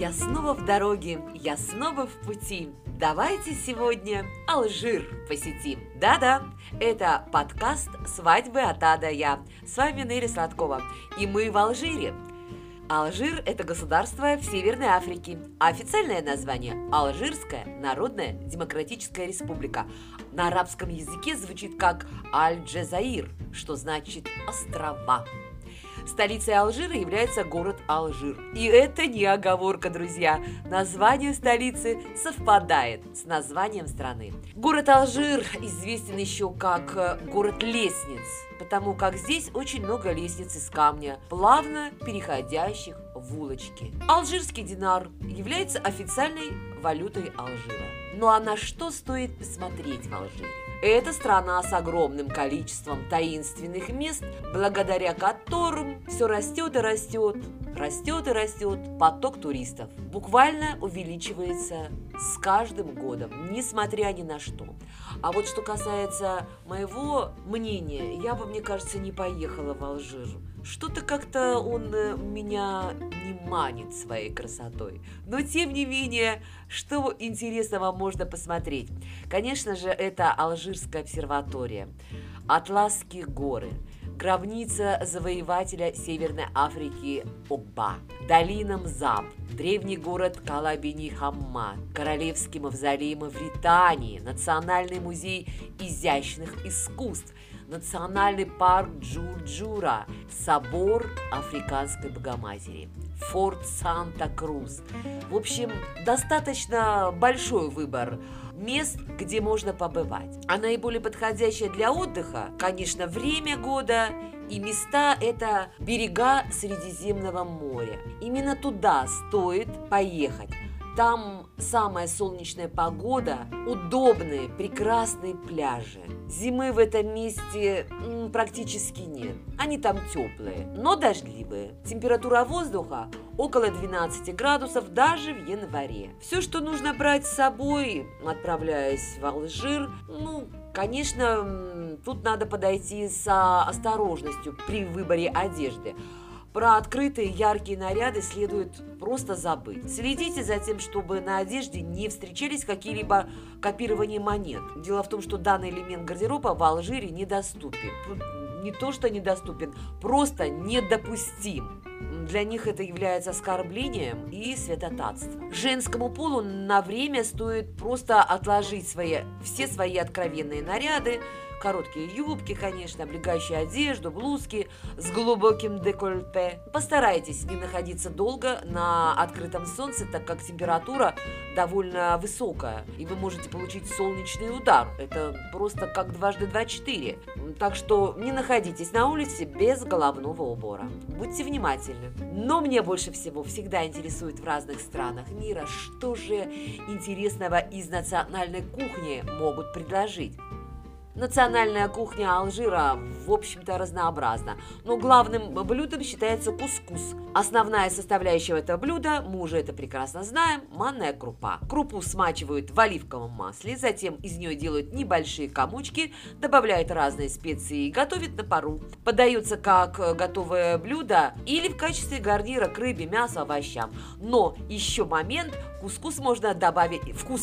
Я снова в дороге, я снова в пути. Давайте сегодня Алжир посетим. Да-да, это подкаст «Свадьбы от А до Я». С вами Нелли Сладкова, и мы в Алжире. Алжир – это государство в Северной Африке. Официальное название – Алжирская Народная Демократическая Республика. На арабском языке звучит как Аль-Джазаир, что значит «острова». Столицей Алжира является город Алжир. И это не оговорка, друзья. Название столицы совпадает с названием страны. Город Алжир известен еще как город лестниц, потому как здесь очень много лестниц из камня, плавно переходящих в улочки. Алжирский динар является официальной валютой Алжира. Ну а на что стоит посмотреть в Алжире? Это страна с огромным количеством таинственных мест, благодаря которым все растет и растет, растет и растет поток туристов. Буквально увеличивается с каждым годом, несмотря ни на что. А вот что касается моего мнения, я бы, мне кажется, не поехала в Алжир. Что-то как-то он меня не манит своей красотой. Но, тем не менее, что интересного можно посмотреть? Конечно же, это Алжирская обсерватория, Атласские горы, гробница завоевателя Северной Африки Огба, долина Мзаб, древний город Калабини-Хаммат, Королевский мавзолей Мавритании, Национальный музей изящных искусств, Национальный парк Джурджура, собор Африканской Богоматери, форт Санта-Крус. В общем, достаточно большой выбор мест, где можно побывать. А наиболее подходящее для отдыха, конечно, время года и места – это берега Средиземного моря. Именно туда стоит поехать. Там самая солнечная погода, удобные, прекрасные пляжи. Зимы в этом месте практически нет. Они там теплые, но дождливые. Температура воздуха около 12 градусов даже в январе. Все, что нужно брать с собой, отправляясь в Алжир, конечно, тут надо подойти с осторожностью при выборе одежды. Про открытые яркие наряды следует просто забыть. Следите за тем, чтобы на одежде не встречались какие-либо копирования монет. Дело в том, что данный элемент гардероба в Алжире недоступен. Не то, что недоступен, просто недопустим. Для них это является оскорблением и святотатством. Женскому полу на время стоит просто отложить все свои откровенные наряды, короткие юбки, конечно, облегающие одежду, блузки с глубоким декольте. Постарайтесь не находиться долго на открытом солнце, так как температура довольно высокая, и вы можете получить солнечный удар. Это просто как дважды 2 – 4. Так что не находитесь на улице без головного убора. Будьте внимательны. Но мне больше всего всегда интересует в разных странах мира, что же интересного из национальной кухни могут предложить. Национальная кухня Алжира, в общем-то, разнообразна, но главным блюдом считается кускус. Основная составляющая этого блюда, мы уже это прекрасно знаем, манная крупа. Крупу смачивают в оливковом масле, затем из нее делают небольшие комочки, добавляют разные специи и готовят на пару. Подается как готовое блюдо или в качестве гарнира к рыбе, мясу, овощам. Но еще момент, в кускус можно добавить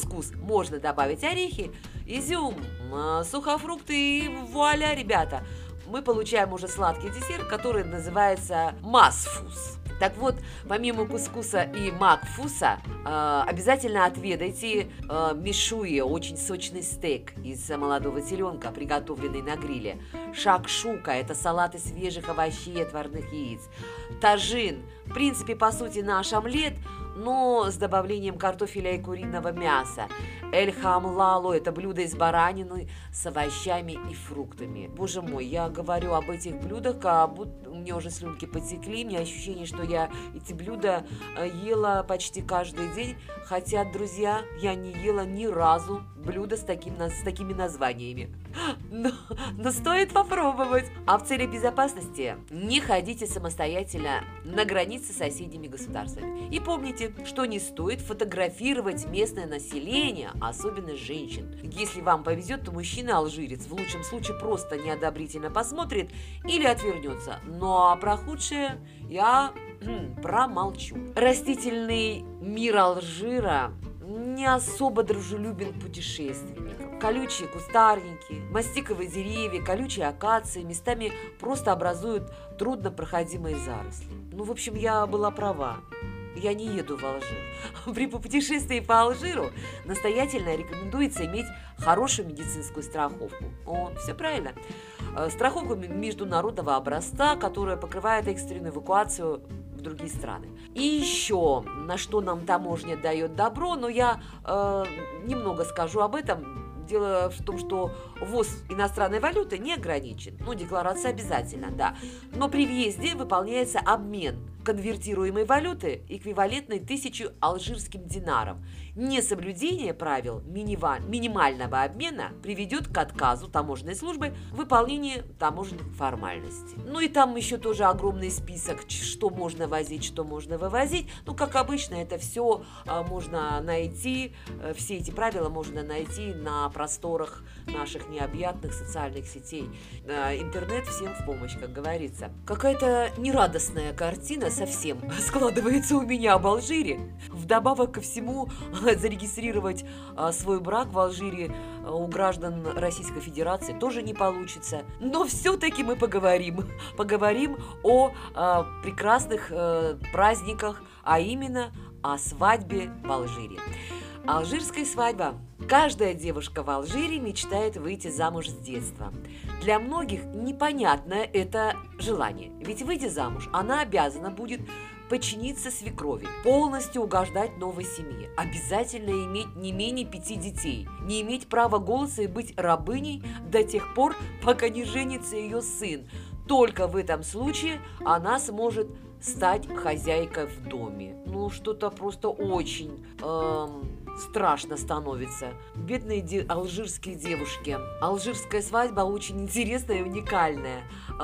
орехи, изюм, сухофрукты и вуаля, ребята, мы получаем уже сладкий десерт, который называется масфус. Так вот, помимо кускуса и макфуса, обязательно отведайте мешуе, очень сочный стейк из молодого теленка, приготовленный на гриле. Шакшука – это салат из свежих овощей и отварных яиц. Тажин – в принципе, по сути, наш омлет, но с добавлением картофеля и куриного мяса. Эль-хамлало – это блюдо из баранины с овощами и фруктами. Боже мой, я говорю об этих блюдах, как будто у меня уже слюнки потекли, у меня ощущение, что я эти блюда ела почти каждый день, хотя, друзья, я не ела ни разу блюда с такими названиями. Но стоит попробовать. А в целях безопасности не ходите самостоятельно на границе с соседними государствами. И помните, что не стоит фотографировать местное население, особенно женщин. Если вам повезет, то мужчина-алжирец в лучшем случае просто неодобрительно посмотрит или отвернется. Ну а про худшее я промолчу. Растительный мир Алжира не особо дружелюбен к путешественникам. Колючие кустарники, мастиковые деревья, колючие акации местами просто образуют труднопроходимые заросли. Ну, в общем, я была права. Я не еду в Алжир. При путешествии по Алжиру настоятельно рекомендуется иметь хорошую медицинскую страховку. Все правильно. Страховку международного образца, которая покрывает экстренную эвакуацию в другие страны. И еще, на что нам таможня дает добро, но я немного скажу об этом. Дело в том, что ввоз иностранной валюты не ограничен. Декларация обязательно, да. Но при въезде выполняется обмен конвертируемой валюты, эквивалентной 1000 алжирским динарам. Несоблюдение правил минимального обмена приведет к отказу таможенной службы в выполнении таможенных формальностей. И там еще тоже огромный список, что можно возить, что можно вывозить. Как обычно, это все можно найти, все эти правила можно найти на просторах наших необъятных социальных сетей. Интернет всем в помощь, как говорится. Какая-то нерадостная картина совсем складывается у меня об Алжире. Вдобавок ко всему, зарегистрировать свой брак в Алжире у граждан Российской Федерации тоже не получится. Но все-таки мы поговорим о прекрасных праздниках, а именно о свадьбе в Алжире. Алжирская свадьба. Каждая девушка в Алжире мечтает выйти замуж с детства. Для многих непонятное это желание, ведь выйдя замуж, она обязана будет подчиниться свекрови, полностью угождать новой семье, обязательно иметь не менее 5 детей, не иметь права голоса и быть рабыней до тех пор, пока не женится ее сын. Только в этом случае она сможет стать хозяйкой в доме. Что-то просто очень страшно становится. Бедные алжирские девушки. Алжирская свадьба очень интересная и уникальная.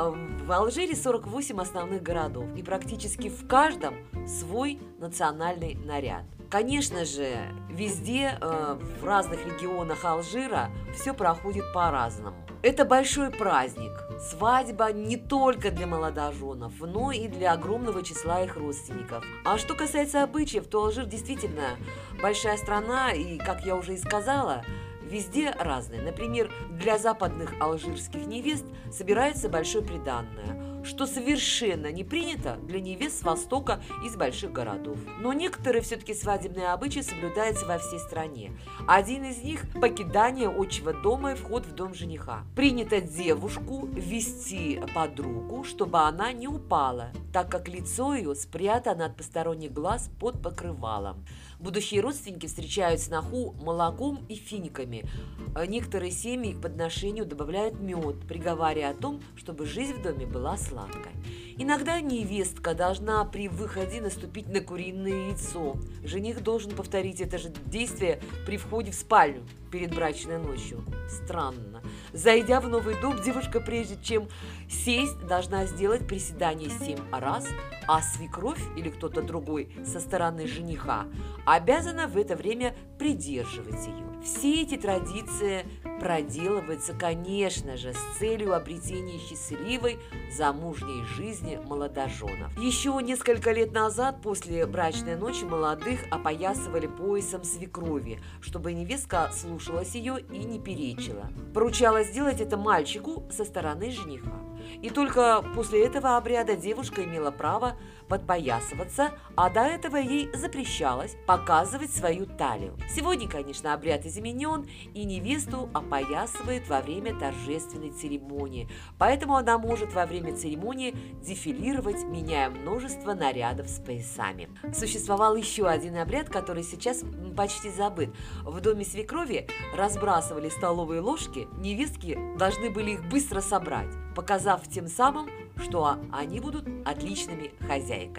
В Алжире 48 основных городов, и практически в каждом свой национальный наряд. Конечно же, везде, в разных регионах Алжира все проходит по-разному. Это большой праздник. Свадьба не только для молодоженов, но и для огромного числа их родственников. А что касается обычаев, то Алжир действительно большая страна, и, как я уже и сказала, везде разные. Например, для западных алжирских невест собирается большое приданное, что совершенно не принято для невест с Востока из больших городов. Но некоторые все-таки свадебные обычаи соблюдаются во всей стране. Один из них – покидание отчего дома и вход в дом жениха. Принято девушку вести под руку, чтобы она не упала, так как лицо ее спрятано от посторонних глаз под покрывалом. Будущие родственники встречают сноху молоком и финиками. Некоторые семьи к подношению добавляют мед, приговаривая о том, чтобы жизнь в доме была сладкой. Иногда невестка должна при выходе наступить на куриное яйцо. Жених должен повторить это же действие при входе в спальню перед брачной ночью. Странно. Зайдя в новый дом, девушка, прежде чем сесть, должна сделать приседание 7 раз, а свекровь или кто-то другой со стороны жениха обязана в это время придерживать ее. Все эти традиции проделываются, конечно же, с целью обретения счастливой замужней жизни молодоженов. Еще несколько лет назад, после брачной ночи, молодых опоясывали поясом свекрови, чтобы невестка слушалась ее и не перечила. Поручалось сделать это мальчику со стороны жениха. И только после этого обряда девушка имела право подпоясываться, а до этого ей запрещалось показывать свою талию. Сегодня, конечно, обряд изменен, и невесту опоясывают во время торжественной церемонии, поэтому она может во время церемонии дефилировать, меняя множество нарядов с поясами. Существовал еще один обряд, который сейчас почти забыт. В доме свекрови разбрасывали столовые ложки, невестки должны были их быстро собрать, показав тем самым, что они будут отличными хозяйками.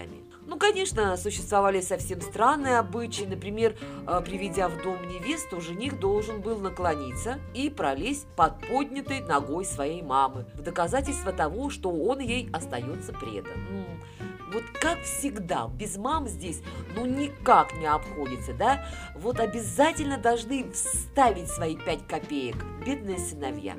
Ну, конечно, существовали совсем странные обычаи. Например, приведя в дом невесту, жених должен был наклониться и пролезть под поднятой ногой своей мамы в доказательство того, что он ей остается предан. Вот как всегда, без мам здесь никак не обходится, да? Вот обязательно должны вставить свои 5 копеек. Бедные сыновья.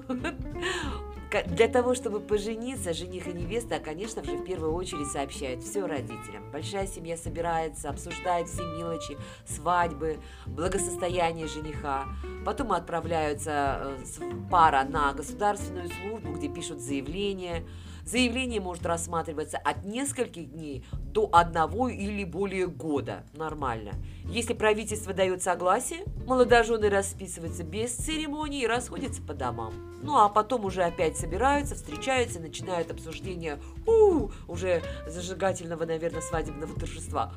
Для того, чтобы пожениться, жених и невеста, конечно же, в первую очередь сообщают все родителям. Большая семья собирается, обсуждает все мелочи, свадьбы, благосостояние жениха. Потом отправляются пара на государственную службу, где пишут заявление. Заявление может рассматриваться от нескольких дней до 1 или более года. Нормально. Если правительство дает согласие, молодожены расписываются без церемонии и расходятся по домам. А потом уже опять собираются, встречаются, начинают обсуждение уже зажигательного, наверное, свадебного торжества,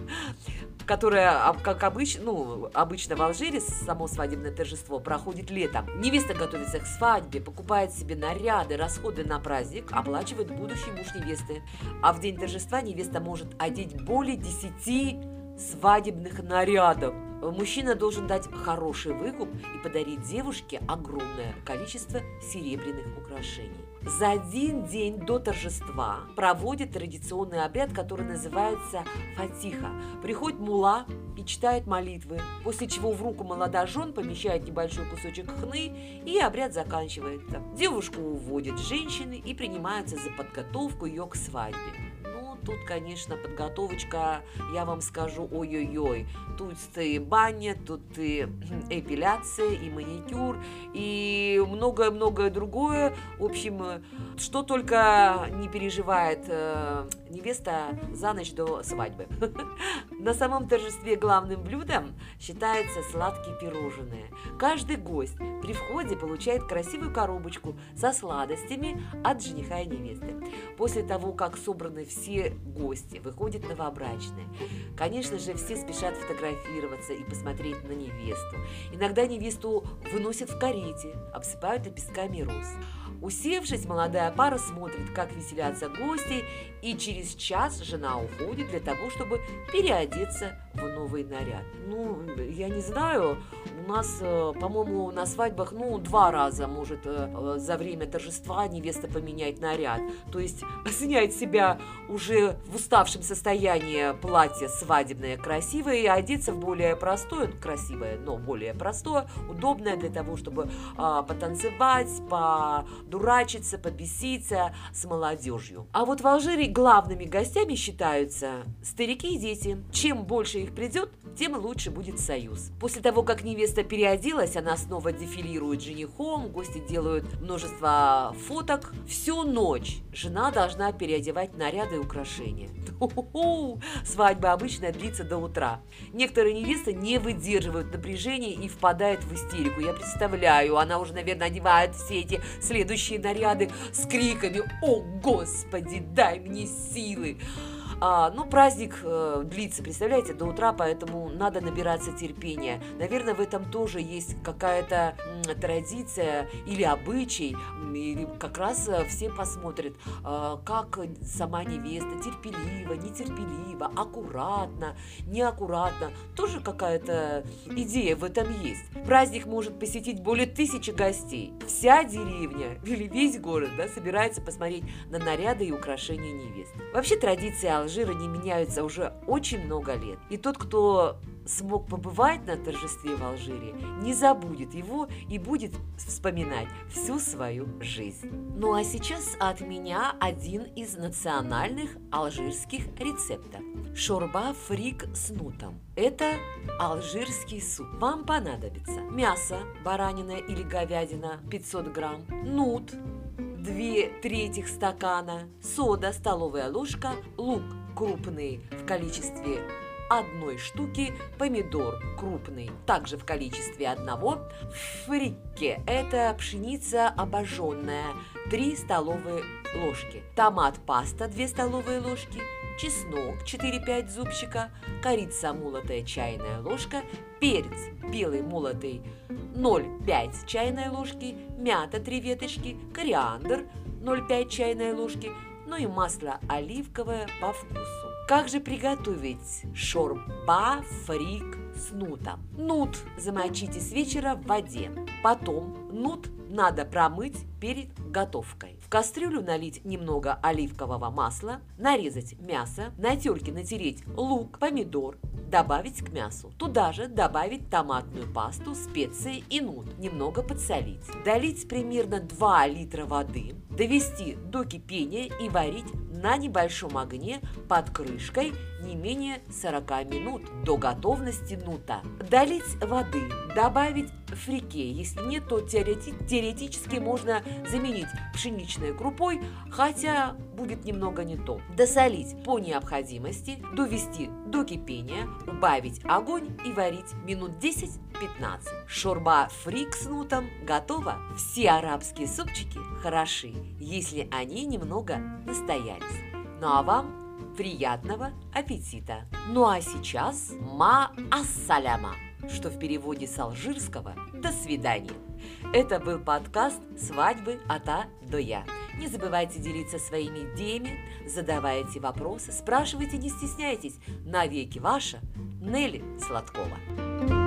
которое, как обычно в Алжире, само свадебное торжество проходит летом. Невеста готовится к свадьбе, покупает себе наряды, расходы на праздник, оплачивает будущий муж невесты. А в день торжества невеста может одеть более 10 свадебных нарядов. Мужчина должен дать хороший выкуп и подарить девушке огромное количество серебряных украшений. За 1 день до торжества проводит традиционный обряд, который называется фатиха. Приходит мулла и читает молитвы, после чего в руку молодожен помещает небольшой кусочек хны, и обряд заканчивается. Девушку уводят женщины и принимаются за подготовку ее к свадьбе. Тут, конечно, подготовочка, я вам скажу, ой-ой-ой. Тут и баня, тут и эпиляция, и маникюр, и многое-многое другое. В общем, что только не переживает невеста за ночь до свадьбы. На самом торжестве главным блюдом считается сладкие пирожные. Каждый гость при входе получает красивую коробочку со сладостями от жениха и невесты. После того, как собраны все гости, выходят новобрачные. Конечно же, все спешат фотографироваться и посмотреть на невесту. Иногда невесту выносят в карете, обсыпают лепестками роз. Усевшись, молодая пара смотрит, как веселятся гости, и через час жена уходит для того, чтобы переодеться в новый наряд. Я не знаю, у нас, по-моему, на свадьбах, 2 раза может за время торжества невеста поменять наряд. То есть снять с себя уже в уставшем состоянии платье свадебное, красивое, и одеться в более простое, красивое, но более простое, удобное для того, чтобы потанцевать, подурачиться, побеситься с молодежью. А вот в Алжире главными гостями считаются старики и дети. Чем больше их придет, тем лучше будет союз. После того, как невеста переоделась, она снова дефилирует с женихом, гости делают множество фоток. Всю ночь жена должна переодевать наряды и украшения. Свадьба обычно длится до утра. Некоторые невесты не выдерживают напряжения и впадают в истерику. Я представляю, она уже, наверное, одевает все эти следующие наряды с криками: «О, Господи, дай мне силы!» Праздник длится, представляете, до утра, поэтому надо набираться терпения. Наверное, в этом тоже есть какая-то традиция или обычай, или как раз все посмотрят, как сама невеста терпеливо, нетерпеливо, аккуратно, неаккуратно. Тоже какая-то идея в этом есть. Праздник может посетить более 1000 гостей. Вся деревня или весь город, собирается посмотреть на наряды и украшения невест. Вообще традиции Алжира не меняются уже очень много лет. И тот, кто смог побывать на торжестве в Алжире, не забудет его и будет вспоминать всю свою жизнь. А сейчас от меня один из национальных алжирских рецептов. Шорба фрик с нутом. Это алжирский суп. Вам понадобится мясо, баранина или говядина 500 грамм, нут 2/3 стакана, сода столовая ложка, лук крупный в количестве 1 штуки, помидор крупный также в количестве 1, фрикке – это пшеница обожженная 3 столовые ложки, томат паста 2 столовые ложки, чеснок 4-5 зубчика, корица молотая чайная ложка, перец белый молотый 0,5 чайной ложки, мята 3 веточки, кориандр 0,5 чайной ложки, и масло оливковое по вкусу. Как же приготовить шорба фрик с нутом? Нут замочите с вечера в воде. Потом нут надо промыть перед готовкой. В кастрюлю налить немного оливкового масла, нарезать мясо, на терке натереть лук, помидор, добавить к мясу. Туда же добавить томатную пасту, специи и нут, немного подсолить. Долить примерно 2 литра воды, довести до кипения и варить на небольшом огне под крышкой не менее 40 минут до готовности нута. Долить воды, добавить фрике, если нет, то теоретически можно заменить пшеничной крупой, хотя будет немного не то. Досолить по необходимости, довести до кипения, убавить огонь и варить минут 10-15. Шорба фрик с нутом готова. Все арабские супчики хороши, если они немного настоялись. Ну а вам приятного аппетита! Ну а сейчас ма-ассаляма, что в переводе с алжирского «до свидания». Это был подкаст «Свадьбы от А до Я». Не забывайте делиться своими идеями, задавайте вопросы, спрашивайте, не стесняйтесь. Навеки ваша Нелли Сладкова.